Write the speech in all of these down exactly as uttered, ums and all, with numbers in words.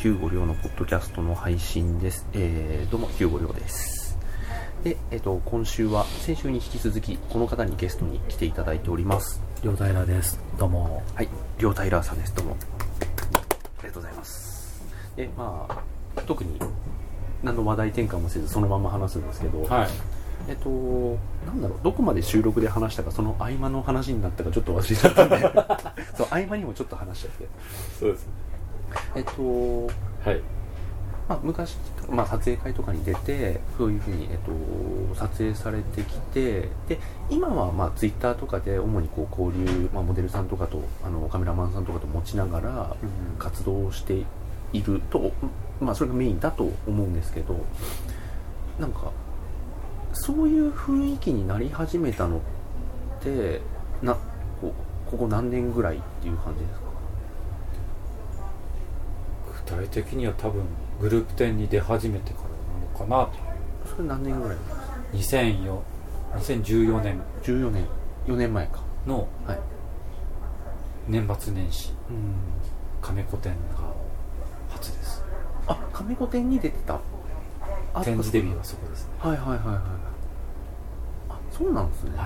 ヒューゴリョウのポッドキャストの配信です。えー、どうもヒューゴリョウです。で、えっと今週は先週に引き続きこの方にゲストに来ていただいております。 両平です。どうも。 はい、両平さんです。どうもありがとうございます。で、まあ特に何の話題転換もせずそのまま話すんですけど、 はい。 えっとなんだろう、どこまで収録で話したか、その合間の話になったかちょっと忘れちゃったんでそう合間にもちょっと話しちゃって、 そうです。 えっとはい。 まあ、昔、まあ、撮影会とかに出てそういうふうに、えっと、撮影されてきて、で今はまあツイッターとかで主にこう交流、まあ、モデルさんとかとあのカメラマンさんとかと持ちながら活動していると、まあ、それがメインだと思うんですけど、なんかそういう雰囲気になり始めたのってな こ, ここ何年ぐらいっていう感じですか？ 具体的には多分グループ展に出始めてからなのかなと。 それ何年ぐらいにせんよん、にせんじゅうよねんじゅうよねん、よねんまえかのはい年末年始、 うん、 亀子展が初です。 あ、亀子展に出てた。 展示デビューはそこですね。 はいはいはいはい。あ、そうなんですね。 はい。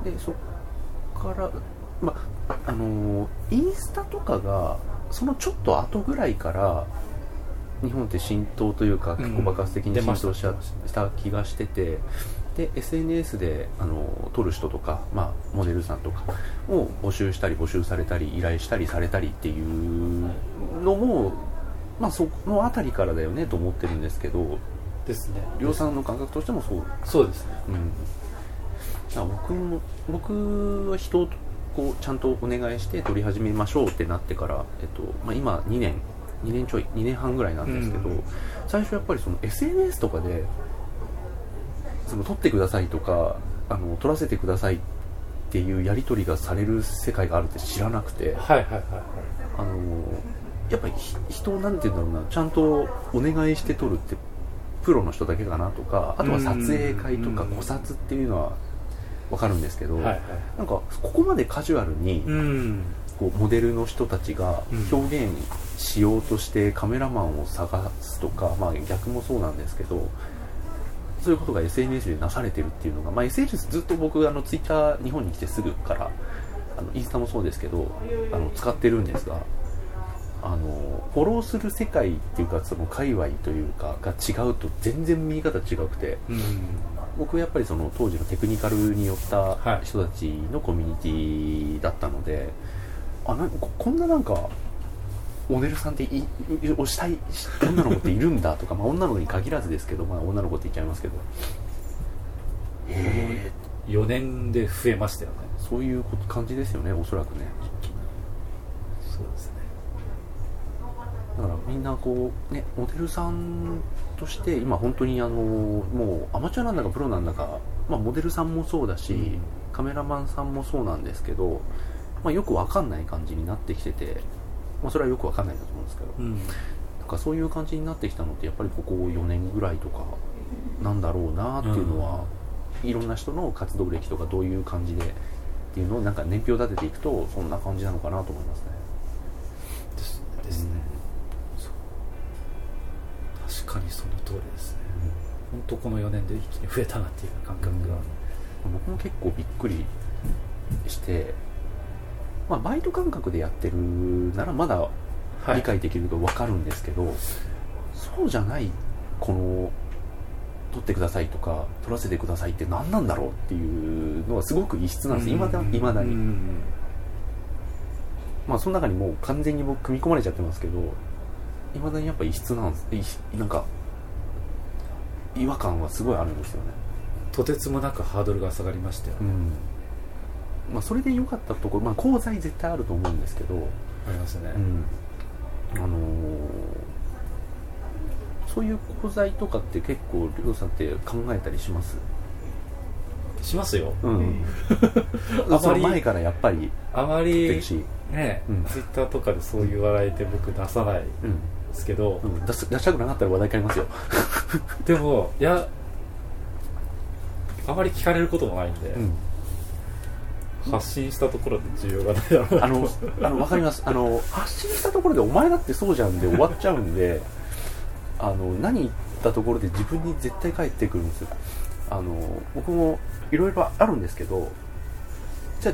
でそっからまあのインスタとかがそのちょっと後ぐらいから日本って浸透というか結構爆発的に浸透しちゃした気がしてて、で エスエヌエス であの撮る人とか、まあ、モデルさんとかを募集したり募集されたり依頼したりされたりっていうのも、まあ、そのあたりからだよねと思ってるんですけど、 ですね。 量産の感覚としてもそう。 そうですね。 うん、あ僕も僕は人をこうちゃんとお願いして撮り始めましょうってなってから、えっとまあ、今にねんにねんちょいにねんはんぐらいなんですけど、うん、最初やっぱりその エスエヌエス とかでその撮ってくださいとかあの撮らせてくださいっていうやり取りがされる世界があるって知らなくて、 はいはいはいはい。 あのやっぱり人をなんて言うんだろうな、ちゃんとお願いして撮るってプロの人だけかなとか、あとは撮影会とか考察っていうのは分かるんですけど、はいはい、なんかここまでカジュアルにこうモデルの人たちが表現しようとしてカメラマンを探すとか、まあ、逆もそうなんですけど、そういうことが エスエヌエス でなされてるっていうのが、まあ、エスエヌエス ずっと僕あのツイッター日本に来てすぐからあのインスタもそうですけどあの使ってるんですが、あのフォローする世界っていうかその界隈というかが違うと全然見え方違くて、うん、僕はやっぱりその当時のテクニカルによった人たちのコミュニティだったので、はい、あな こ, こんななんかモデルさんってい推したい女の子っているんだとか、まあ、女の子に限らずですけど、まあ、女の子って言っちゃいますけど、 へーよねんで増えましたよね。 そういう感じですよね、おそらくね。 そうですね。 だからみんなこうね、モデルさんとして今本当にあのもうアマチュアなんだかプロなんだか、まあ、モデルさんもそうだし、うん、カメラマンさんもそうなんですけど、まあ、よくわかんない感じになってきてて、まあ、それはよくわかんないんだと思うんですけど、うん、なんかそういう感じになってきたのってやっぱりここよねんぐらいとかなんだろうなっていうのは、うん、いろんな人の活動歴とかどういう感じでっていうのをなんか年表立てていくとそんな感じなのかなと思いますね。 ですですね、うん、確かにその通りですね、うん、本当このよねんで一気に増えたなっていう感覚が、 うん、僕も結構びっくりして、まあ、バイト感覚でやってるならまだ理解できるか分かるんですけど、はい、そうじゃないこの撮ってくださいとか撮らせてくださいって何なんだろうっていうのはすごく異質なんです。いまだにまあその中にもう完全に僕組み込まれちゃってますけど、いまだにやっぱ異質なんです。なんか違和感はすごいあるんですよね。 とてつもなくハードルが下がりましたよね、うんまあ、それで良かったところ、まあ、功罪絶対あると思うんですけど、 ありますね、 うん、あのー、そういう功罪とかって結構りょうさんって考えたりします？ しますよ、うん、 あまり前からやっぱりあまりね、うん、ツイッターとかでそういう笑いって僕出さないですけど、 うんうん、出, 出したくなかったら話題変えますよでもいやあまり聞かれることもないんで、うん、 発信したところで需要がないだろうあのあの分かります。あの発信したところでお前だってそうじゃんで終わっちゃうんであの何言ったところで自分に絶対返ってくるんですよ。あの僕もいろいろあるんですけど、じゃあ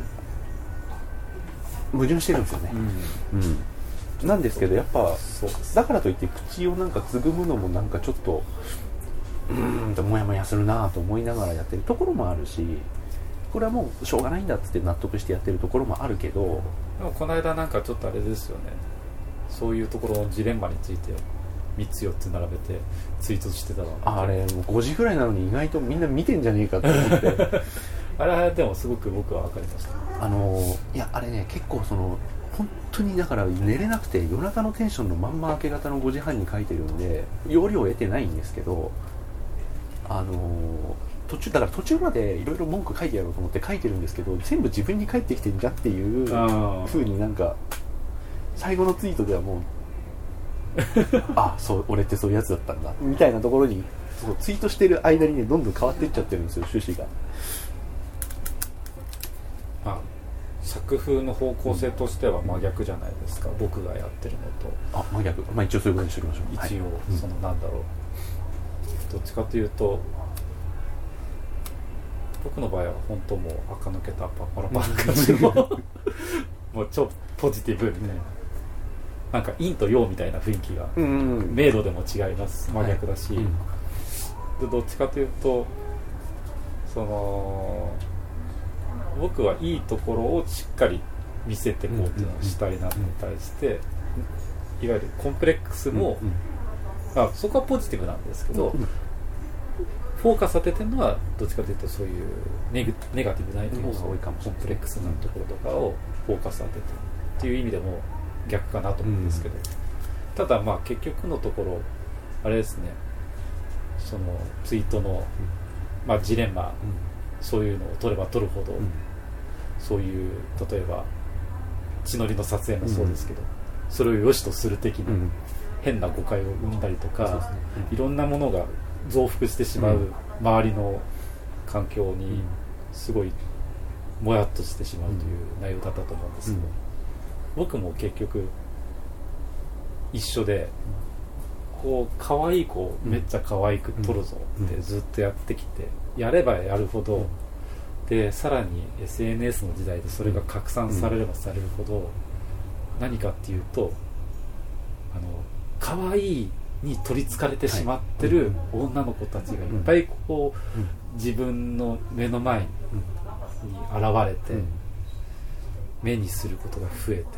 矛盾してるんですよね、うんうん、なんですけどやっぱそうだからといって口をなんか継ぐものもなんかちょっとうーんとモヤモヤするなと思いながらやってるところもあるし、これはもうしょうがないんだっつって納得してやってるところもあるけど、 でもこの間なんかちょっとあれですよね、そういうところのジレンマについてみっつよっつ並べてツイートしてたの。 あれもうごじぐらいなのに意外とみんな見てんじゃねえかと思ってあれはでもすごく僕は分かりました。 あのいやあれね結構その本当にだから寝れなくて夜中のテンションのまんま明け方のごじはんに書いてるんで要領を得てないんですけど、あの途中だから途中までいろいろ文句書いてやろうと思って書いてるんですけど全部自分に返ってきてんじゃんっていう風になんか最後のツイートではもうあそう俺ってそういうやつだったんだみたいなところにそうツイートしてる間にねどんどん変わっていっちゃってるんですよ趣旨が。 まあ、作風の方向性としては真逆じゃないですか、うん、僕がやってるのと。 あ真逆、まあ、一応そういうことにしておきましょう。 一応、はい、そのなんだろう、どっちかというと僕の場合は本当もう垢抜けたパッパラパー感じのもう超ポジティブみたいな、なんか陰と陽みたいな雰囲気が、うんうんうん、明度でも違います真逆だし、はい、でどっちかというとその僕はいいところをしっかり見せてこうっていうのをしたいなに対して、いわゆるコンプレックスも、うんうん、あそこはポジティブなんですけど、うんうん、フォーカス当ててるのはどっちかというとそういうネグ、ネガティブな要素が多いかもしれない。コンプレックスなところとかをフォーカス当ててるっていう意味でも逆かなと思うんですけど、うん、ただまあ結局のところあれですね、そのツイートの、うん、まあジレンマ、うん、そういうのを取れば取るほど、うん、そういう例えば血のりの撮影もそうですけど、うん、それを良しとする的な、うん、変な誤解を生んだりとか、ね、うん、いろんなものが増幅してしまう周りの環境にすごいもやっとしてしまうという内容だったと思うんですけど、うん、僕も結局一緒でこう可愛い子をめっちゃ可愛く撮るぞってずっとやってきて、やればやるほど、でさらに エスエヌエス の時代でそれが拡散されればされるほど、何かっていうとあの可愛いに取りつかれてしまってる女の子たちがいっぱいこう自分の目の前に現れて目にすることが増えて、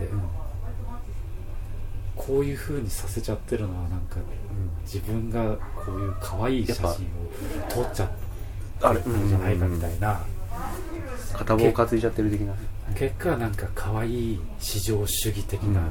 こういう風にさせちゃってるのはなんか自分がこういう可愛い写真を撮っちゃってるんじゃないかみたいな、 片棒を担いじゃってる的な、 結果なんか可愛い至上主義的なものの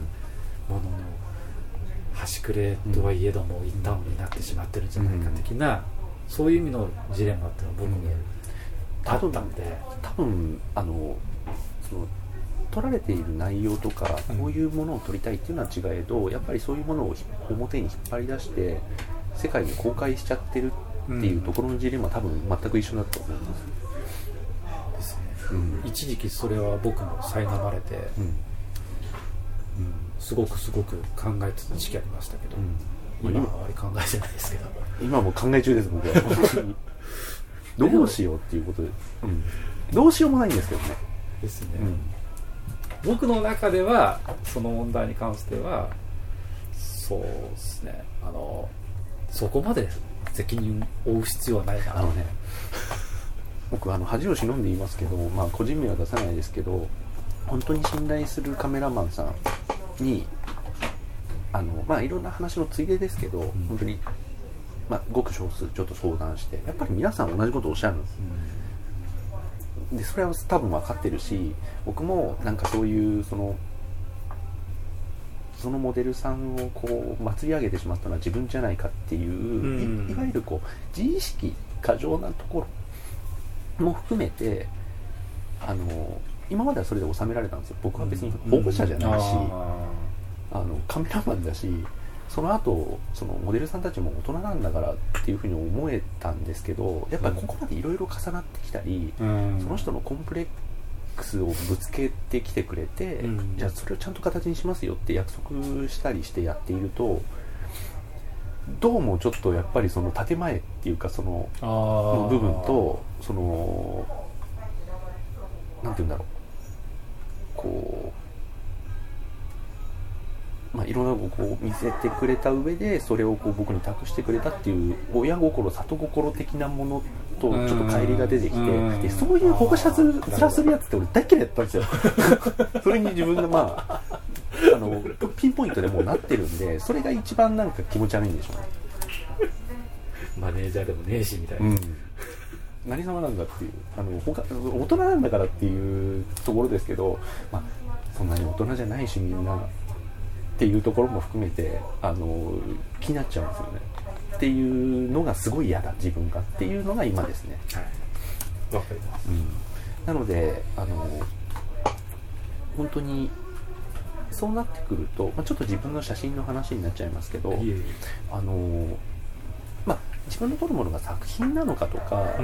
端くれとはいえども一旦になってしまってるんじゃないか的な、そういう意味のジレンマっていうのは僕もあったんで、 多分あのその取られている内容とかこういうものを取りたいっていうのは違えど、やっぱりそういうものを表に引っ張り出して世界に公開しちゃってるっていうところのジレンマは多分全く一緒だと思います。 ですね、うん、一時期それは僕も苛まれて、うんうん、すごくすごく考えてた時期ありましたけど、うん、今はあまり考えてないですけど、 今も考え中です僕はどうしようっていうことで、うん、どうしようもないんですけどね。 ですね、うん、僕の中ではその問題に関してはそうですね、あのそこまで責任を負う必要はないな。 あのね僕あの恥を忍んで言いますけど、まあ、個人名は出さないですけど、本当に信頼するカメラマンさんにあの、まあ、いろんな話のついでですけど、うん、本当に、まあ、ごく少数ちょっと相談して、やっぱり皆さん同じことをおっしゃるんです、うん、でそれは多分分かってるし、僕もなんかそういうそのそのモデルさんをこう祭り上げてしまったのは自分じゃないかっていう、うん、い, いわゆるこう自意識過剰なところも含めて、あの今まではそれで収められたんですよ。僕は別に保護者じゃないし、うん、あのカメラマンだし、その後そのモデルさんたちも大人なんだからっていうふうに思えたんですけど、やっぱりここまでいろいろ重なってきたり、うん、その人のコンプレックスをぶつけてきてくれて、うん、じゃあそれをちゃんと形にしますよって約束したりしてやっていると、どうもちょっとやっぱりその建前っていうかそのの部分とそのなんていうんだろう、こう、まあ、いろんなのをこう見せてくれた上でそれをこう僕に託してくれたっていう親心里心的なものとちょっと乖離が出てきて、でそういう保護者面するやつって俺大嫌いだったんですよそれに自分がまああのピンポイントでもうなってるんで、それが一番なんか気持ち悪いんでしょうね。 マネージャーでもねえしみたいな、うん、 何様なんだっていう、あの他大人なんだからっていうところですけど、まあ、そんなに大人じゃないしみんなっていうところも含めてあの気になっちゃうんですよねっていうのがすごい嫌だ自分がっていうのが今ですね。 はい、わかります、 うん、なのであの本当にそうなってくると、まあ、ちょっと自分の写真の話になっちゃいますけど、いえいえあのまあ、自分の撮るものが作品なのかとか、うん、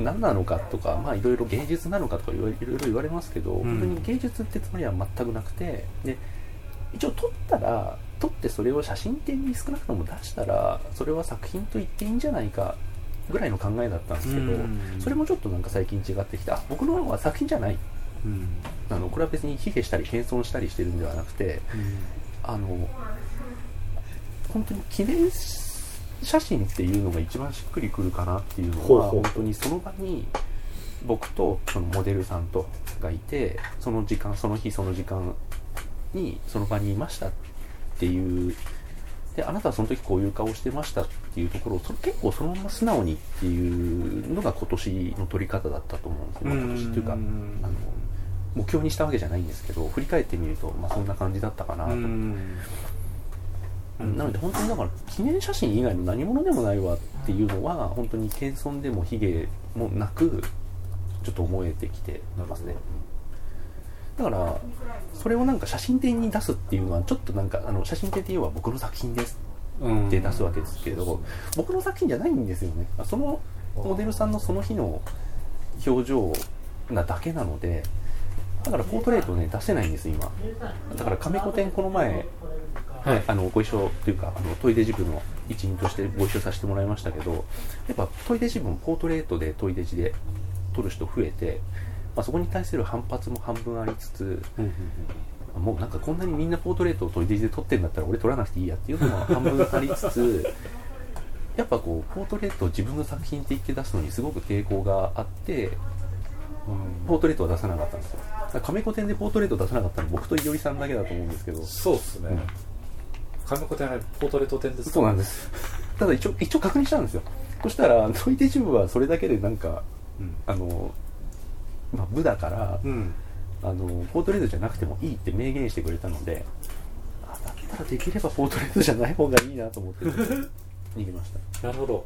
何なのかとか、まあ、いろいろ芸術なのかとかいろいろ言われますけど、うん、本当に芸術ってつもりは全くなくて、で一応撮ったら撮ってそれを写真展に少なくとも出したらそれは作品と言っていいんじゃないかぐらいの考えだったんですけど、うん、それもちょっとなんか最近違ってきて、あ、僕の方は作品じゃない、うん、あのこれは別に卑下したり謙遜したりしてるんではなくて、うん、あの本当に記念写真っていうのが一番しっくりくるかなっていうのは、ほうほう、本当にその場に僕とそのモデルさんとがいて、その時間その日その時間にその場にいましたっていう、であなたはその時こういう顔してましたっていうところをそ結構そのまま素直にっていうのが今年の撮り方だったと思うんですよ。今年っていうかあの目標にしたわけじゃないんですけど、振り返ってみると、まあ、そんな感じだったかなと思って、なので本当にだから記念写真以外の何物でもないわっていうのは本当に謙遜でも卑下もなくちょっと思えてきてますね。だからそれをなんか写真展に出すっていうのはちょっとなんかあの写真展っていうのは僕の作品ですって出すわけですけれど、うん、僕の作品じゃないんですよね。そのモデルさんのその日の表情なだけなので、だからポートレートをね出せないんです今。だから亀子展この前、はい、あのご一緒というかあのトイデジ部の一員としてご一緒させてもらいましたけど、やっぱトイデジ部もポートレートでトイデジで撮る人増えて、まあ、そこに対する反発も半分ありつつ、うんうんうん、もうなんかこんなにみんなポートレートをトイデジで撮ってるんだったら俺撮らなくていいやっていうのも半分ありつつやっぱこうポートレートを自分の作品って言って出すのにすごく抵抗があって、うん、ポートレートは出さなかったんですよ。亀子展でポートレート出さなかったの僕といおりさんだけだと思うんですけど。 そうですね、うん、亀子展はポートレート展ですか。 そうなんです。ただ一応一応確認したんですよ。そしたらトイデジ部はそれだけでなんか、うん、あのまあ、部だから、うん、あのポートレートじゃなくてもいいって明言してくれたので、あだったらできればポートレートじゃない方がいいなと思って逃げました。 なるほど。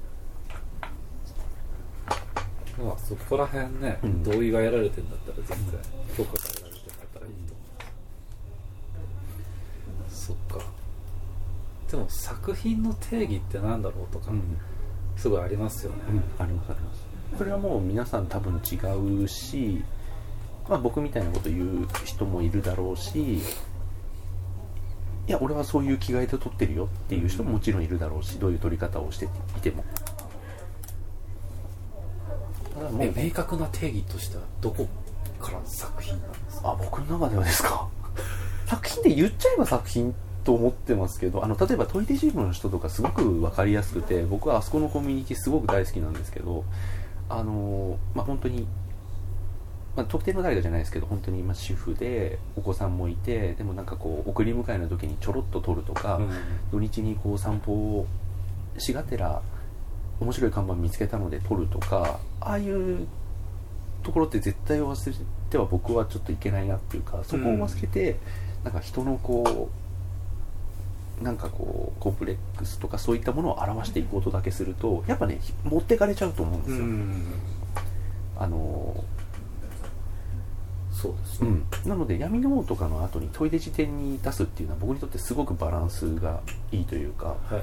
まあそこら辺ね、うん、同意が得られてるんだったら全然評価されられてなかったらいいと思う、うん、そっか。でも作品の定義ってなんだろうとか、うん、すごいありますよね、 うん、ありますあります。それはもう皆さん多分違うし、まあ、僕みたいなこと言う人もいるだろうし、いや俺はそういう気概で撮ってるよっていう人ももちろんいるだろうし、どういう撮り方をしていても。 ただもう明確な定義としてはどこから作品なんですか。 あ、僕の中ではですか作品で言っちゃえば作品と思ってますけど、あの例えばトイレジムの人とかすごく分かりやすくて、僕はあそこのコミュニティすごく大好きなんですけど、あのまあ、本当に、まあ、特定の誰かじゃないですけど本当に今主婦でお子さんもいて、でもなんかこう送り迎えの時にちょろっと撮るとか、うん、土日にこう散歩をしがてら面白い看板見つけたので撮るとか、ああいうところって絶対忘れては僕はちょっといけないなっていうか、そこを忘れて、うん、なんか人のこうなんかこうコンプレックスとかそういったものを表していこうとだけするとやっぱね持ってかれちゃうと思うんですよ。うんあのそうですね、 うん、なので闇の王とかの後にトイレ辞典に出すっていうのは僕にとってすごくバランスがいいというか、はいうん、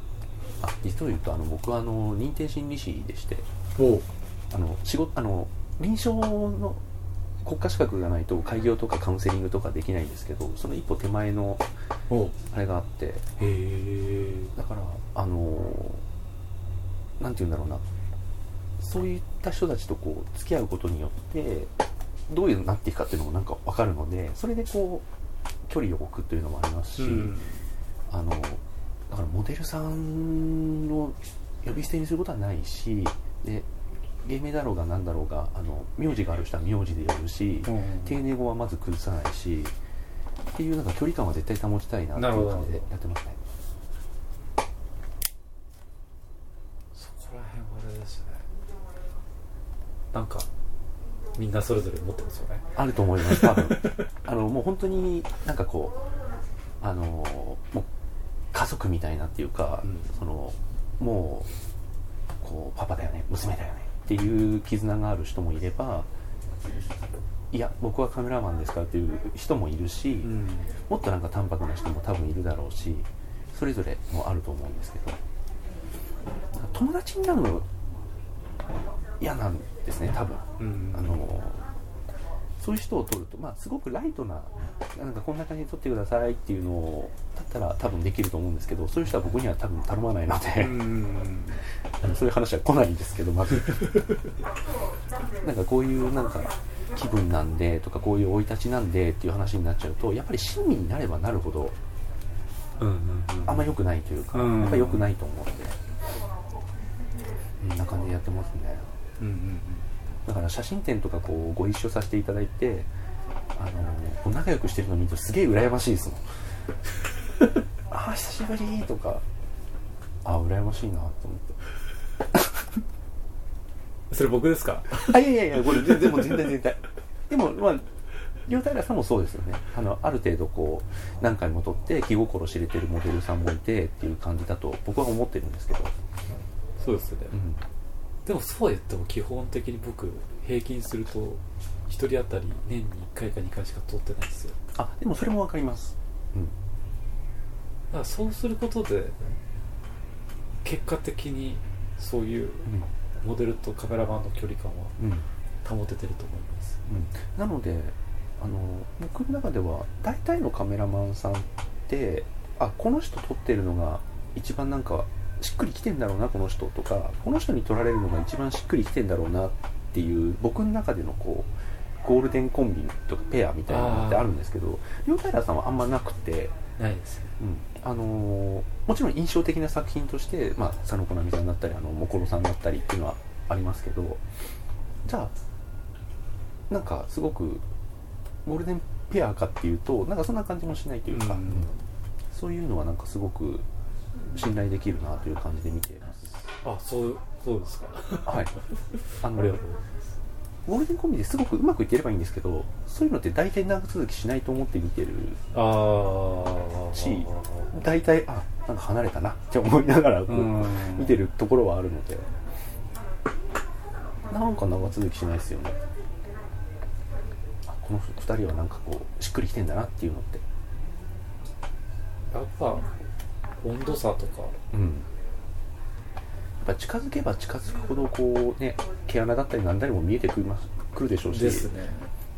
あ実を言うとあの僕はあの認定心理師でして、おあの仕事あの臨床の国家資格がないと開業とかカウンセリングとかできないんですけど、その一歩手前のあれがあって、 へだからあのなんて言うんだろうな、そういった人たちとこう付き合うことによってどういうのになっていくかっていうのもなんか分かるので、それでこう距離を置くというのもありますし、うん、あのだからモデルさんを呼び捨てにすることはないし、で芸名だろうが何だろうが、あの名字がある人は名字で呼ぶし、うん、丁寧語はまず崩さないしっていうなんか距離感は絶対保ちたいなっていう感じでやってますね。 そこら辺はあれですね、なんかみんなそれぞれ持ってますよね。 あると思います多分あのもう本当になんかこうあのもう家族みたいなっていうか、うん、そのもうこうパパだよね娘だよねっていう絆がある人もいれば、いや僕はカメラマンですからっていう人もいるし、うん、もっとなんか淡白な人も多分いるだろうし、それぞれもあると思うんですけど、友達になるの嫌なんですね多分、うん、あのそういう人を撮ると、まあ、すごくライトな、なんかこんな感じで撮ってくださいっていうのをだったら多分できると思うんですけど、そういう人は僕には多分頼まないので、うん、あのそういう話は来ないんですけど、まずなんかこういうなんか気分なんでとか、こういう生い立ちなんでっていう話になっちゃうと、やっぱり親身になればなるほど、うんうんうん、あんま良くないというか、うんうん、やっぱり良くないと思うので、こんな感じでやってますね。うんうんうん、だから写真展とかこうご一緒させていただいて、あの仲良くしてるの見るとすげえ羨ましいですもんああ久しぶりとか、ああ羨ましいなと思ってそれ僕ですかあいやいやいや、これ全然もう全然全然でもまあ両平さんもそうですよね。あのある程度こう何回も撮って気心知れてるモデルさんもいてっていう感じだと僕は思ってるんですけど。 そうですよね、うん、でもそうは言っても基本的に僕平均するとひとり当たり年にいっかいかにかいしか撮ってないんですよ。 あ、でもそれも分かります、うん、だからそうすることで結果的にそういうモデルとカメラマンの距離感は保ててると思います、 うんうん、なのであの僕の中では大体のカメラマンさんってあこの人撮ってるのが一番なんかしっくりきてんだろうなこの人とか、この人に撮られるのが一番しっくりきてんだろうなっていう僕の中でのこうゴールデンコンビとかペアみたいなのってあるんですけど、両平さんはあんまなくて、 ないです、 うん、あのー、もちろん印象的な作品として、まあ、佐野小波さんだったりあのもころさんだったりっていうのはありますけど、じゃあなんかすごくゴールデンペアかっていうとなんかそんな感じもしないというか、うん、そういうのはなんかすごく信頼できるなという感じで見ています。 あ、そうそうですか。 はい。あのゴールデンコンビですごくうまくいってればいいんですけど、そういうのって大体長続きしないと思って見てるし、大体あなんか離れたなって思いながらこう見てるところはあるので、なんか長続きしないですよね。あこのふたりはなんかこうしっくりきてんだなっていうのって。 やっぱ温度差とか、うん、やっぱ近づけば近づくほどこうね毛穴だったり何だりも見えてくるくるでしょうしですね、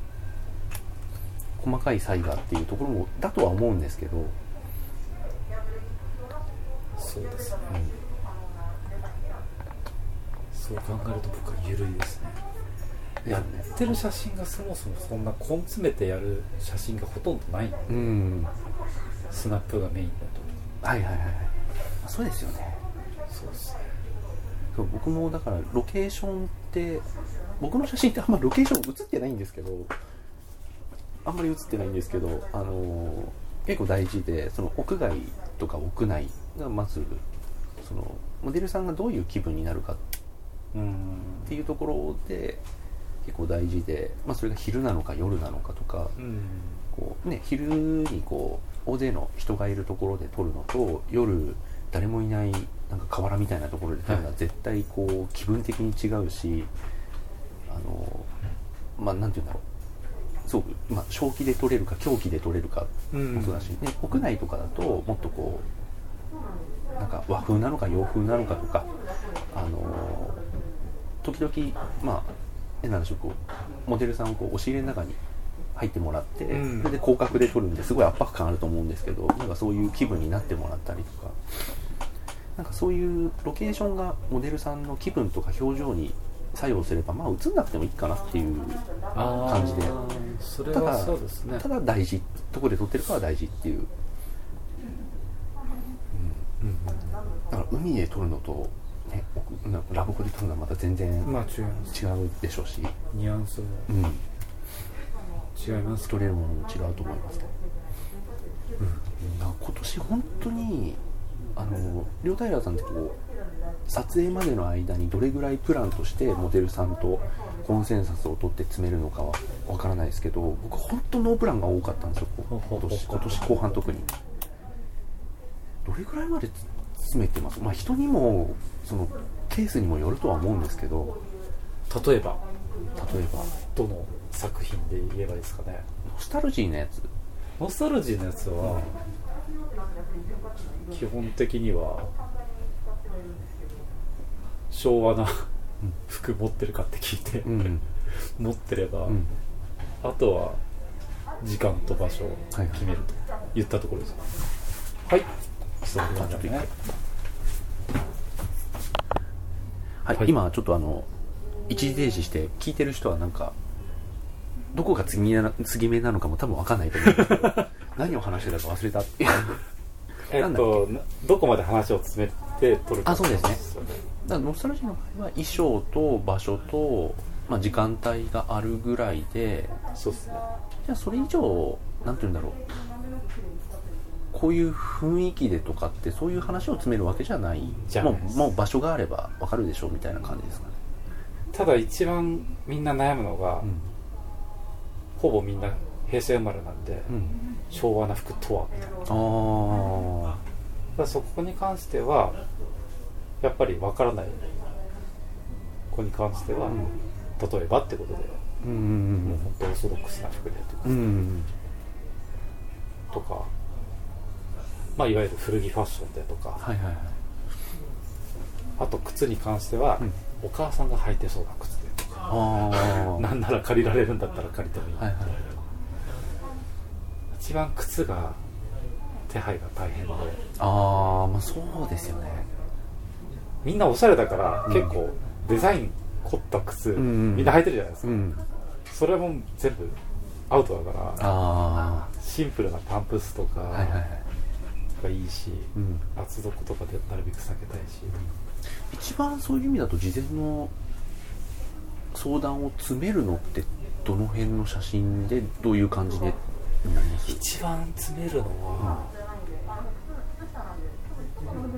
細かい差異がっていうところもだとは思うんですけど、 そうですね、うん、そう考えると僕は緩いですね。やってる写真がそもそもそんな根詰めてやる写真がほとんどない、うん、スナップがメインだと。 はいはいはい、そうですよね。 そうですね。 そう僕もだからロケーションって僕の写真ってあんまロケーション写ってないんですけど、あんまり写ってないんですけど、あのー、結構大事で、その屋外とか屋内がまずそのモデルさんがどういう気分になるかっていうところで結構大事で、まあ、それが昼なのか夜なのかとか、うんこうね、昼にこう大勢の人がいるところで撮るのと夜誰もいないなんか河原みたいなところで撮るのは絶対こう気分的に違うし、あのまあなんていうんだろう、すごく、まあ、正気で撮れるか狂気で撮れるかもそうだし、ね、屋内とかだともっとこうなんか和風なのか洋風なのかとか、あの時々まあ変な話こうモデルさんをこう押し入れの中に入ってもらって、 うん、 それで広角で撮るんですごい圧迫感あると思うんですけど、なんかそういう気分になってもらったりとか、なんかそういうロケーションがモデルさんの気分とか表情に作用すれば、まあ映んなくてもいいかなっていう感じで、 それはそうですね。 ただ、ただ大事、どこで撮ってるかは大事っていう、うんうん、だから海で撮るのと、ね、ラブホで撮るのはまた全然違うでしょうし、 ニュアンスも、うん、違います。 撮れるものも違うと思います、うん、今年本当にあの両平さんってこう撮影までの間にどれぐらいプランとしてモデルさんとコンセンサスを取って詰めるのかはわからないですけど、僕本当ノープランが多かったんですよ、今年、今年後半特に。どれぐらいまで詰めてます？まあ人にもそのケースにもよるとは思うんですけど、 例えば例えばどの作品で言えばいいですかね。 ノスタルジーのやつノスタルジーのやつは、うん、基本的には昭和な服持ってるかって聞いて、うん、持ってれば、うん、あとは時間と場所を決めると言ったところです。はい、そうなんだね。 はい、はい、今ちょっとあの一時停止して聞いてる人はなんかどこが継ぎ目なのかも多分分かんないと思うんですけど何を話してたか忘れたっていうえっとどこまで話を詰めて撮るか。 あ、そうですね。だからノスタルジーの場合は衣装と場所と、まあ、時間帯があるぐらいで、 そうですね。 じゃあそれ以上なんて言うんだろう、こういう雰囲気でとかってそういう話を詰めるわけじゃないじゃないです。もう、もう場所があれば分かるでしょうみたいな感じですかね。 ただ一番みんな悩むのが、うん、ほぼみんな平成生まれなんで、うん、昭和な服とはみたいな。あだそこに関してはやっぱり分からない子に関しては、うん、例えばってことで、うんうんうん、もう本当オーソドックスな服でとか、うんうん、とか、まあ、いわゆる古着ファッションでとか、はいはいはい、あと靴に関しては、うん、お母さんが履いてそうな靴でとか、あなんなら借りられるんだったら借りてもいい、はいはい、一番靴が手配が大変で、 ああまあそうですよね。 みんなおしゃれだから、うん、結構デザイン凝った靴、うん、みんな履いてるじゃないですか、うん、それも全部アウトだから、あシンプルなパンプスとかがいいし、はいはいはい、厚底とかでなるべく避けたいし、 うん、一番そういう意味だと事前の相談を詰めるのってどの辺の写真でどういう感じでになります？ 一番詰めるのは、うん、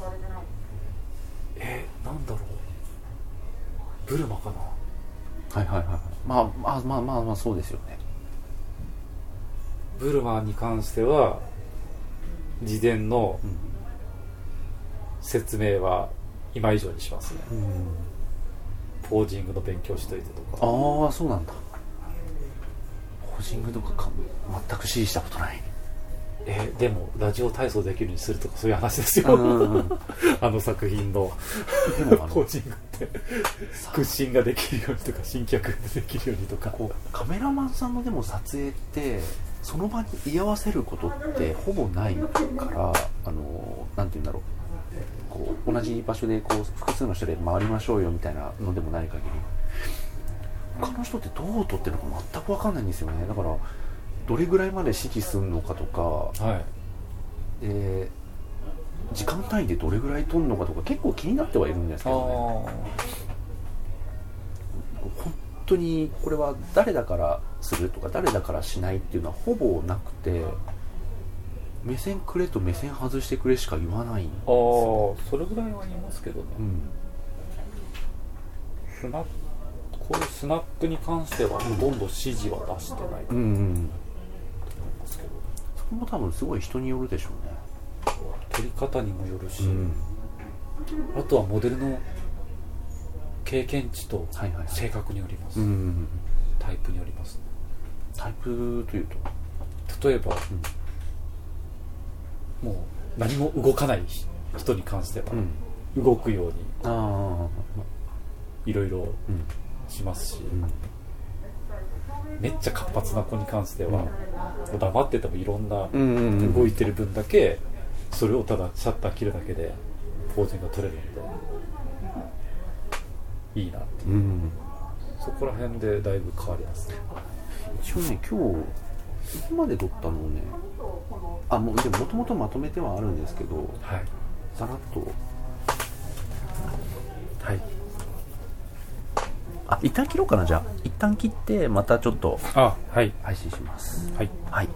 えなんだろう、ブルマかな。 はいはいはい、まあまあまあまあまあそうですよね。 ブルマに関しては事前の説明は今以上にしますね、うん、ポージングの勉強しといてとか。 ああそうなんだ。ポージングとかか全く指示したことない。 えー、でもラジオ体操できるようにするとかそういう話ですよ、うんうんうん、あの作品のポージングって屈伸ができるようにとか新脚ができるようにとか、 こうカメラマンさんのでも撮影ってその場に居合わせることってほぼないから、あのなんて言うんだろう、こう同じ場所でこう複数の人で回りましょうよみたいなのでもない限り、他の人ってどう撮ってるのか全く分かんないんですよね。だからどれぐらいまで指示するのかとか、はい、で時間単位でどれぐらい撮るのかとか結構気になってはいるんですけどね。本当にこれは誰だからするとか誰だからしないっていうのはほぼなくて、目線くれと目線外してくれしか言わないんですよ。 ああそれぐらいは言いますけどね、うん、スナッこういうスナップに関してはほとんど指示は出してないかな、うんうんそれも多分すごい人によるでしょうね。 撮り方にもよるし、うん、あとはモデルの経験値と性格によります、はいはいはい、タイプによります、ね、 タイプというと例えば、うん、もう何も動かない人に関しては、うん、動くようにいろいろしますし、 うん、 めっちゃ活発な子に関しては、うん、もう黙っててもいろんな動いてる分だけそれをただシャッター切るだけでポージングが取れるんでいいなっていう、うん、そこら辺でだいぶ変わりますね。 一応ね今日今まで撮ったのをね、あもうでももともとまとめてはあるんですけど、 はい、 さらっとはいあ一旦切ろうかな。じゃあ一旦切ってまたちょっとあはい配信します。 はい、 はい